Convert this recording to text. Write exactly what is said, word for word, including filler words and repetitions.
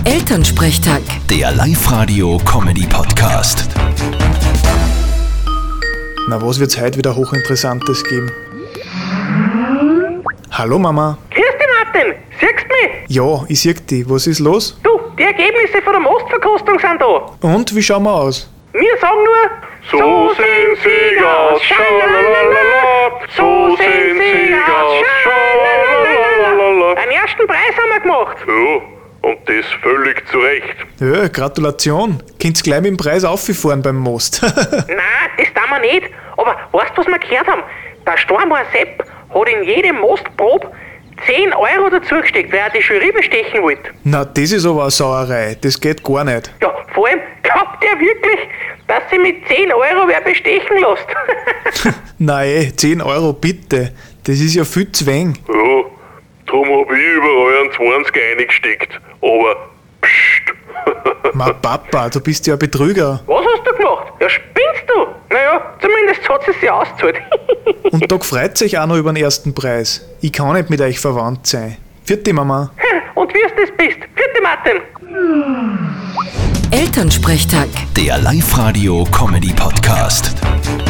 Elternsprechtag. Der Live-Radio-Comedy-Podcast. Na, was wird's heute wieder Hochinteressantes geben? Hallo Mama. Grüß dich, Martin. Siehst du mich? Ja, ich sehe dich. Was ist los? Du, die Ergebnisse von der Mostverkostung sind da. Und, wie schauen wir aus? Wir sagen nur, So sehen sie aus, schalalala, so sehen sie aus, schalalala. Den ersten Preis haben wir gemacht. Ja, und das völlig zu Recht. Ja, Gratulation. Könnt's gleich mit dem Preis auffahren beim Most. Nein, das tun wir nicht. Aber weißt du, was wir gehört haben? Der Stormar Sepp hat in jede Mostprobe zehn Euro dazugesteckt, weil er die Jury bestechen wollte. Na, das ist aber eine Sauerei. Das geht gar nicht. Ja, vor allem glaubt er wirklich, dass sie mit zehn Euro wer bestechen lässt. Nein, zehn Euro bitte. Das ist ja viel zu wenig. Ja, drum hab ich überall einen zwanzig eingesteckt. Aber, pst. Ma Papa, du bist ja ein Betrüger. Was hast du gemacht? Ja, spinnst du? Naja, zumindest hat sie sich ausgezahlt. Und da freut sich auch noch über den ersten Preis. Ich kann nicht mit euch verwandt sein. Vierte Mama. Und wie du das bist? Vierte Martin. Elternsprechtag. Der Live-Radio-Comedy-Podcast.